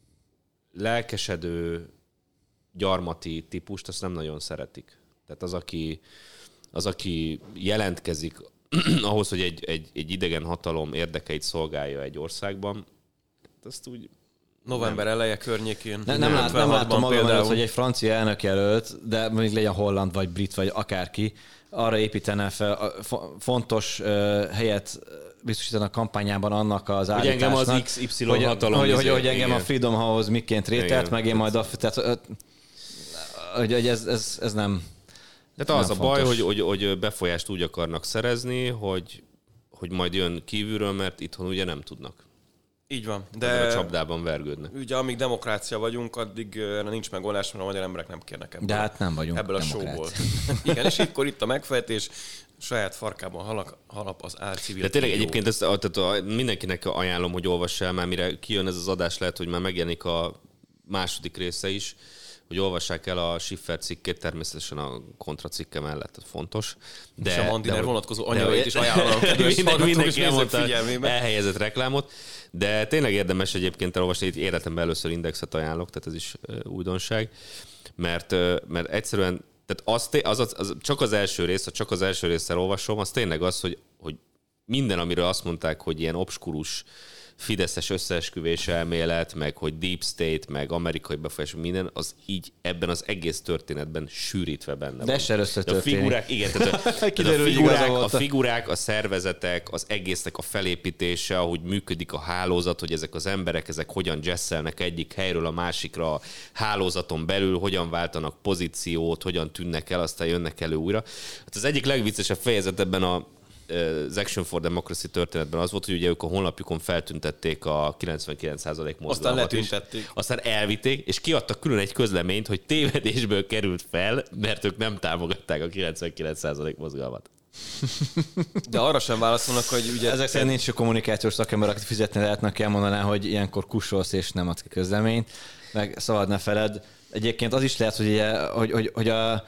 lelkesedő gyarmati típust azt nem nagyon szeretik. Tehát az, aki, az, aki jelentkezik ahhoz, hogy egy, egy, egy idegen hatalom érdekeit szolgálja egy országban, azt úgy... November nem. eleje környékén. Ne, nem, lát, nem látom magam előtt, hogy egy francia elnökjelölt, de mondjuk legyen holland, vagy brit, vagy akárki, arra építene fel a fontos uh, helyet biztosítani a kampányában annak az hogy állításnak. Hogy engem az iksz ipszilon hogy, hatalom. Hogy, hogy, hogy engem igen. a Freedom House miként rételt, meg én majd a... Tehát, hogy, hogy ez, ez, ez nem... Tehát az a fontos. Baj, hogy, hogy, hogy befolyást úgy akarnak szerezni, hogy, hogy majd jön kívülről, mert itthon ugye nem tudnak. Így van. De a csapdában vergődnek. Ugye amíg demokrácia vagyunk, addig nincs megoldás, mert a magyar emberek nem kérnek ebből. De hát nem vagyunk ebből a showból. Igen, és akkor itt a megfejtés, saját farkában halak, halap az álcivil. De tényleg egyébként ezt, tehát a, mindenkinek ajánlom, hogy olvassa el, már mire kijön ez az adás, lehet, hogy már megjelenik a második része is, hogy olvassák el a Schiffer cikkét, természetesen a kontracikke mellett, ez fontos. De, és a Mandiner vonatkozó anyagait is ajánlom, kedves hallgatók, figyelmébe. Elhelyezett reklámot. De tényleg érdemes egyébként elolvasni, itt életemben először Indexet ajánlok, tehát ez is újdonság, mert, mert egyszerűen, tehát az, az, az, az, csak az első rész, ha csak az első részsel olvasom, az tényleg az, hogy, hogy minden, amiről azt mondták, hogy ilyen obskurus fideszes összeesküvés elmélet, meg hogy deep state, meg amerikai befolyás, minden, az így ebben az egész történetben sűrítve benne de van. De se össze a figurák, igen, tehát a, tehát a, figurák, a figurák, a szervezetek, az egésznek a felépítése, ahogy működik a hálózat, hogy ezek az emberek, ezek hogyan jesszelnek egyik helyről a másikra a hálózaton belül, hogyan váltanak pozíciót, hogyan tűnnek el, aztán jönnek elő újra. Hát az egyik legviccesebb fejezet ebben a az Action for Democracy történetben az volt, hogy ugye ők a honlapjukon feltüntették a kilencvenkilenc százalék mozgalmat. Aztán letüntették. Aztán elvitték, és kiadtak külön egy közleményt, hogy tévedésből került fel, mert ők nem támogatták a kilencvenkilenc százalék mozgalmat. De arra sem válaszolnak, hogy ugye... Ezek szerint nincs a kommunikációs szakember, akit fizetni lehetnek, elmondaná, hogy ilyenkor kussolsz és nem adsz ki közleményt, meg szabad ne feled. Egyébként az is lehet, hogy, ugye, hogy, hogy, hogy a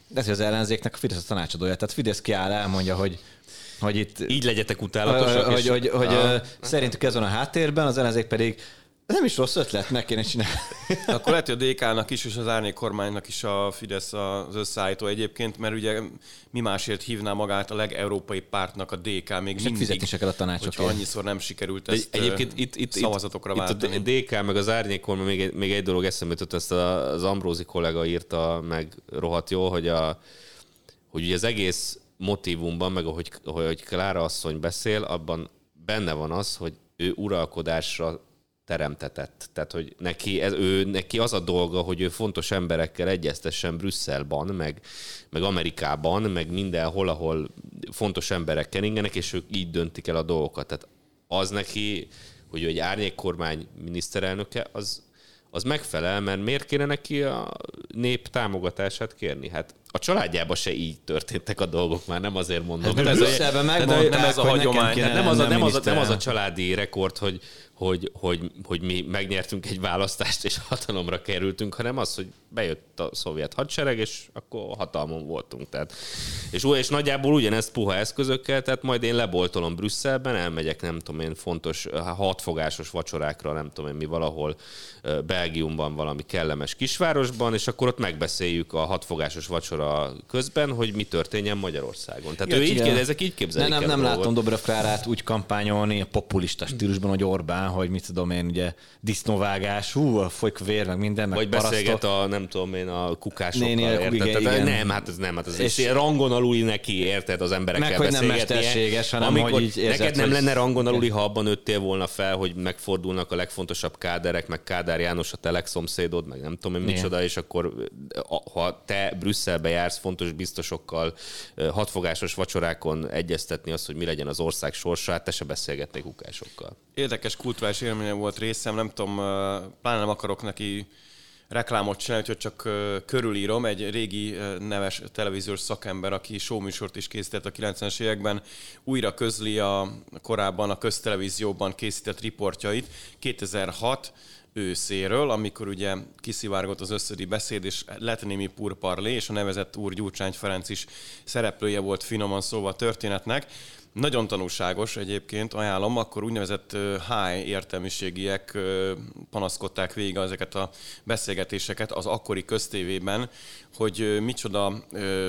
De ez az ellenzéknek a Fidesz a tanácsadója. Tehát Fidesz kiáll, elmondja, hogy hogy itt... Így legyetek utálatosak. Hogy, és... hogy, hogy, hogy szerintük ez van a háttérben, az ellenzék pedig nem is rossz ötlet, meg kéne csinálni. Akkor lehet, hogy a dé ká-nak is, és az árnyék kormánynak is a Fidesz az összeállító egyébként, mert ugye mi másért hívná magát a legeurópai pártnak a dé ká még mindig, fizetni se kell a tanácsokért. hogyha annyiszor nem sikerült ezt egyébként itt, itt, szavazatokra itt, váltani. Itt a dé ká meg az árnyék kormány, még egy, még egy dolog eszembe jutott, ezt az Ambrózi kollega írta meg rohadt jó, hogy, a, hogy ugye az egész motívumban, meg ahogy, ahogy Klára asszony beszél, abban benne van az, hogy ő uralkodásra teremtetett. Tehát, hogy neki, ez, ő, neki az a dolga, hogy ő fontos emberekkel egyeztessen Brüsszelban, meg, meg Amerikában, meg mindenhol, ahol fontos emberek keringenek, és ők így döntik el a dolgokat. Tehát az neki, hogy ő egy árnyékkormány miniszterelnöke, az, az megfelel, mert miért kéne neki a nép támogatását kérni? Hát a családjában se így történtek a dolgok, már nem azért mondom. Hát, ez Brüsszelben megmondták, nem ez a hagyomány. Nem az a, nem, az a, nem az a családi rekord, hogy, hogy, hogy, hogy mi megnyertünk egy választást, és hatalomra kerültünk, hanem az, hogy bejött a szovjet hadsereg, és akkor hatalmon voltunk. Tehát, és, és nagyjából ugyanezt puha eszközökkel, tehát majd én leboltolom Brüsszelben, elmegyek, nem tudom én, fontos hatfogásos vacsorákra, nem tudom én mi, valahol Belgiumban, valami kellemes kisvárosban, és akkor ott megbeszéljük a hatfogásos vacsora közben, hogy mi történjen Magyarországon. Tehát igen, ő így igen. kérdez, ezek így képzelik nem, el. Nem, nem látom Dobrev Klárát úgy kampányolni a populista stílusban, hogy Orbán, hogy mit tudom én, ugye disznóvágás, hú, folyik vér, meg minden, meg vagy parasztok. beszélget a, nem tudom én, a kukásokkal, Néni, érted? igen, Tehát, igen. nem, hát ez nem, hát ez És- és rangon aluli neki, érted, az emberekkel Meg, hogy nem beszélgetnie. mesterséges, hanem amikor hogy így érzed, neked nem hogy- lenne rangon aluli, ha abban nőttél volna fel, hogy megfordulnak a legfontosabb káderek, meg Kádár János a Telex szomszédod, meg nem tudom én Igen. micsoda, és akkor a- ha te Brüsszelbe jársz fontos biztosokkal hatfogásos vacsorákon egyeztetni azt, hogy mi legyen az ország sorsa, hát te se beszélgetnék kukásokkal. Érdekes kulturális élménye volt részem, nem tudom, pláne nem akarok neki reklámot csinálni, hogy csak körülírom. Egy régi neves televíziós szakember, aki showműsort is készített a kilencvenes években, újra közli a korábban a köztelevízióban készített riportjait kétezer-hat őszéről, amikor ugye kiszivárgott az összödi beszéd, és lett némi purparlé, és a nevezett úr Gyurcsány Ferenc is szereplője volt finoman szóval a történetnek. Nagyon tanulságos egyébként, ajánlom, akkor úgynevezett high értelmiségiek panaszkodták végig ezeket a beszélgetéseket az akkori köztévében, hogy micsoda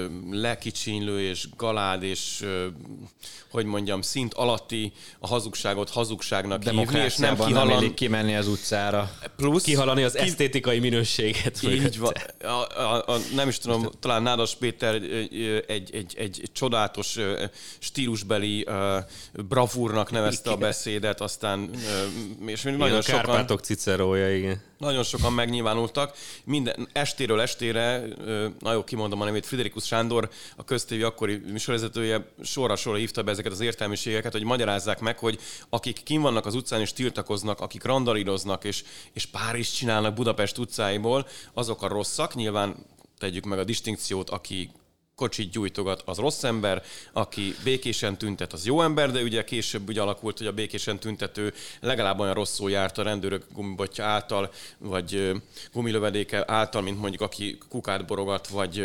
lekicsinlő és galád és, hogy mondjam, szint alatti a hazugságot hazugságnak hívni, és nem kihallan... nem illik kimenni az utcára. Plusz kihalani az ki... esztétikai minőséget. Így van. A, a, a, nem is tudom, talán Nádas Péter egy, egy, egy, egy csodálatos stílusbeli uh, bravúrnak nevezte a beszédet, aztán uh, és igen, nagyon a sokan... Kárpátok Cicerója, igen. Nagyon sokan megnyilvánultak. Minden estéről estére, na jó, kimondom a nevét, Friderikus Sándor, a köztévé akkori műsorvezetője sorra-sorra hívta be ezeket az értelmiségeket, hogy magyarázzák meg, hogy akik kim vannak az utcán és tiltakoznak, akik randalíroznak és, és Párizs csinálnak Budapest utcáiból, azok a rosszak. Nyilván tegyük meg a distinkciót, aki kocsit gyújtogat, az rossz ember, aki békésen tüntet, az jó ember, de ugye később úgy alakult, hogy a békésen tüntető legalább olyan rosszul járt a rendőrök gumibotja által, vagy gumilövedéke által, mint mondjuk aki kukát borogat, vagy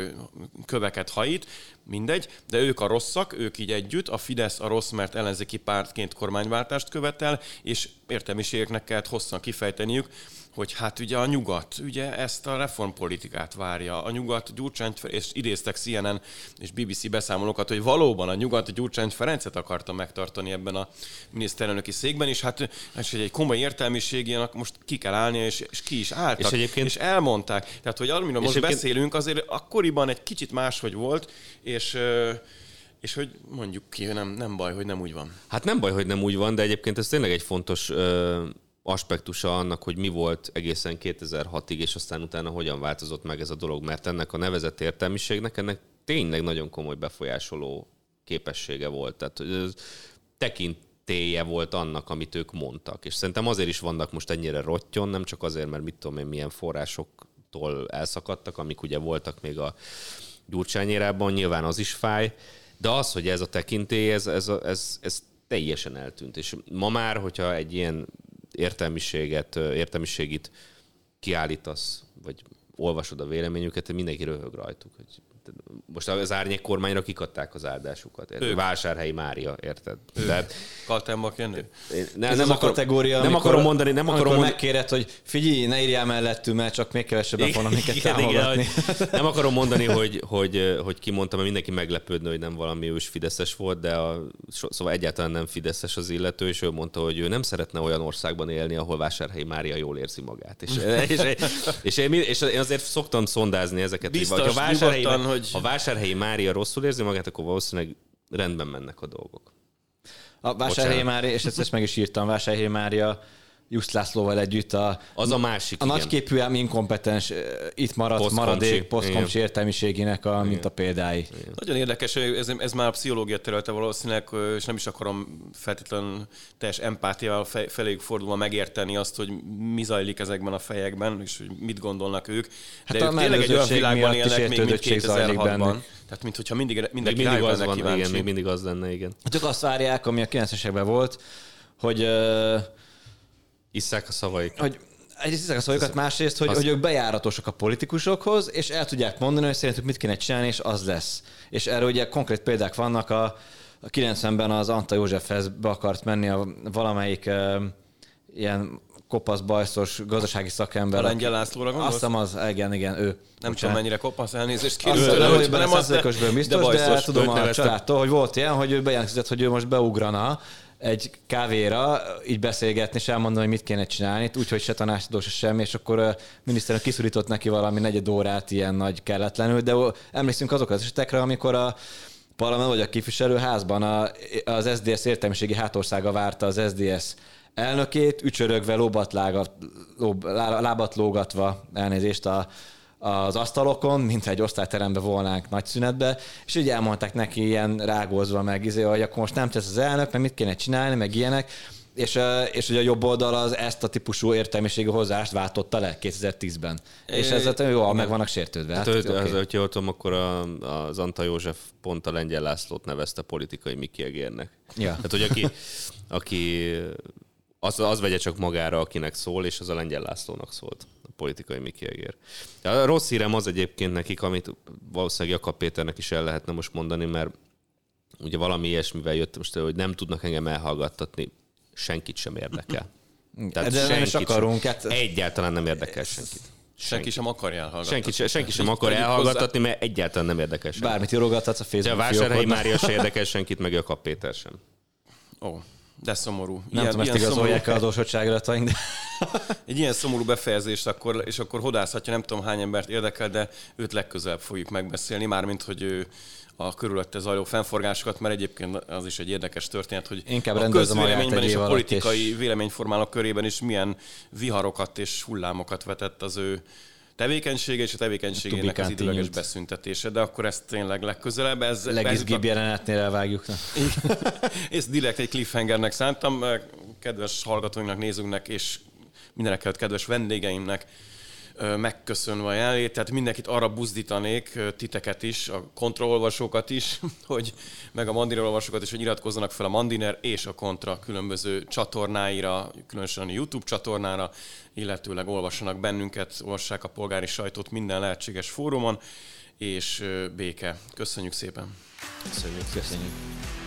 köveket hajít, mindegy, de ők a rosszak, ők így együtt, a Fidesz a rossz, mert ellenzéki pártként kormányváltást követel, és értelmiségeknek kellett hosszan kifejteniük, hogy hát ugye a nyugat, ugye ezt a reformpolitikát várja. A nyugat Gyurcsányt, és idéztek C N N és B B C beszámolókat, hogy valóban a nyugat Gyurcsányt Ferencet akarta megtartani ebben a miniszterelnöki székben, és hát és egy komoly értelmiségének most ki kell állnia, és, és ki is álltak, és, és elmondták. Tehát, hogy amiről most egyébként... beszélünk, azért akkoriban egy kicsit máshogy volt, és... És hogy mondjuk ki, nem, nem baj, hogy nem úgy van. Hát nem baj, hogy nem úgy van, de egyébként ez tényleg egy fontos ö, aspektusa annak, hogy mi volt egészen kétezer-hatig, és aztán utána hogyan változott meg ez a dolog, mert ennek a nevezett értelmiségnek ennek tényleg nagyon komoly befolyásoló képessége volt. Tehát ö, tekintélye volt annak, amit ők mondtak. És szerintem azért is vannak most ennyire rottyon, nem csak azért, mert mit tudom én, milyen forrásoktól elszakadtak, amik ugye voltak még a Gyurcsány érában, nyilván az is fáj, de az, hogy ez a tekintély, ez, ez, ez, ez teljesen eltűnt. És ma már, hogyha egy ilyen értelmiséget, értelmiségit kiállítasz, vagy olvasod a véleményüket, mindenki röhög rajtuk. Hogy Most az árnyék kormányra kikadták az áldásukat. Érted? Vásárhelyi Mária, érted? Tehát, Kaltenbach Jenő? Ne, ez nem a kategória, nem amikor, akarom mondani, nem akarom mondani. Megkéred, hogy figyelj, ne írjál mellettünk, mert csak még kevesebben fognak minket támogatni. Igen, nem akarom mondani, hogy, hogy, hogy kimondtam, mert mindenki meglepődne, hogy nem valami ős fideszes volt, de a, szóval egyáltalán nem fideszes az illető, és ő mondta, hogy ő nem szeretne olyan országban élni, ahol Vásárhelyi Mária jól érzi magát. És, és, és, én, és én azért szoktam szondázni ezeket. Biztos, hogy ha Vásárhelyi, nyugodtan, hogy... ha Vásárhelyi Mária rosszul érzi magát, akkor valószínűleg rendben mennek a dolgok. A Vásárhelyi Mária, és ezt, ezt meg is írtam, Vásárhelyi Mária Just Lászlóval együtt a, az a másik, a nagyképű, ám inkompetens, itt maradt Posztkomcsi. maradék posztkomcsi értelmiségének a mint a példái. Igen. Nagyon érdekes, ez, ez már a pszichológia területe valószínűleg, és nem is akarom feltétlenül teljes empátiával feléjük fordulva megérteni azt, hogy mi zajlik ezekben a fejekben, és hogy mit gondolnak ők. De hát ők tényleg egy olyan világban élnek, még mint kétezer-hatban. Tehát, mintha mindig, mindenki még mindig az van, kíváncsi. Igen, még mindig az lenne, igen. Csak azt várják, ami a kilencvenesekben volt, hogy... Uh, isszák a szavaik. Hogy egyrészt isszák a szavaikat, másrészt, hogy, hogy ők bejáratosak a politikusokhoz, és el tudják mondani, hogy szerintük mit kéne csinálni, és az lesz. És erről ugye konkrét példák vannak. A, a kilencvenben az Antal Józsefhez be akart menni a valamelyik uh, ilyen kopasz, bajszos gazdasági szakember. A Lengyel Lászlóra gondolsz? Azt hiszem az, igen, igen, ő. Nem tudom, mennyire kopasz, elnézést kérem. Nem, hogy benne százalékosban biztos, de, de tudom a családtól, hogy volt ilyen, hogy ő bejelentkezett, hogy ő most beugrana egy kávéra, így beszélgetni, és elmondani, hogy mit kéne csinálni, úgyhogy se tanácsadó, se semmi, és akkor a miniszterünk kiszorított neki valami negyed órát ilyen nagy kelletlenül, de emlékszünk azokra az esetekre, amikor a parlament vagy a képviselőházban a, az es zé dé es értelmiségi hátországa várta az es zé dé es elnökét, ücsörögve, lóbat, lágat, lób, lábat lógatva, elnézést a az asztalokon, mintha egy osztályteremben volnánk nagy szünetbe, és így elmondták neki ilyen rágózva meg, izé, hogy akkor most nem tesz az elnök, meg mit kéne csinálni, meg ilyenek, és, és ugye a jobb oldal az ezt a típusú értelmiségi hozzáást váltotta le kétezer-tízben. É, és ezzel jól meg vannak sértődve. Hát, hát, okay. Az, hogyha jól tudom, akkor a, az Antal József pont a Lengyel Lászlót nevezte politikai Miki Egérnek. Ja. Tehát, hogy aki, aki az, az vegye csak magára, akinek szól, és az a Lengyel Lászlónak szólt. Politikai Miki Egér. A rossz hírem az egyébként nekik, amit valószínűleg Jakab Péternek is el lehetne most mondani, mert ugye valami ilyesmivel jött most, hogy nem tudnak engem elhallgattatni, senkit sem érdekel. Tehát de nem is akarunk. Sem, egyáltalán nem érdekel senkit. Senki sem akarja elhallgattatni. Senki, sem, senki sem akar elhallgattatni, mert egyáltalán nem érdekel senkit. Bármit írogathatsz a Facebook fiókodban. A Vásárhelyi Mária se érdekel senkit, meg Jakab Péter sem. Ó. De szomorú. Nem ilyen, tudom, ezt igazolják az adósodtságrataink, de... Egy ilyen szomorú befejezést akkor, és akkor hodázhatja, nem tudom hány embert érdekel, de őt legközelebb fogjuk megbeszélni, mármint, hogy ő a körülötte zajló fennforgásokat, mert egyébként az is egy érdekes történet, hogy inkább a közvéleményben és a politikai és... véleményformálók körében is milyen viharokat és hullámokat vetett az ő tevékenysége és a tevékenységének az időleges beszüntetése, de akkor ezt tényleg legközelebb. Ez legizgibb a... jelenetnél elvágjuk. Ezt direkt egy cliffhangernek szántam. Kedves hallgatóinknak, nézőnknek és mindenekelőtt kedves vendégeimnek megköszönve a jelenlét, tehát mindenkit arra buzdítanék, titeket is, a kontrollolvasókat is, hogy meg a Mandiner olvasókat is, hogy iratkozzanak fel a Mandiner és a Kontra különböző csatornáira, különösen a YouTube csatornára, illetőleg olvassanak bennünket, olvassák a polgári sajtót minden lehetséges fórumon, és béke. Köszönjük szépen! Köszönjük, köszönjük!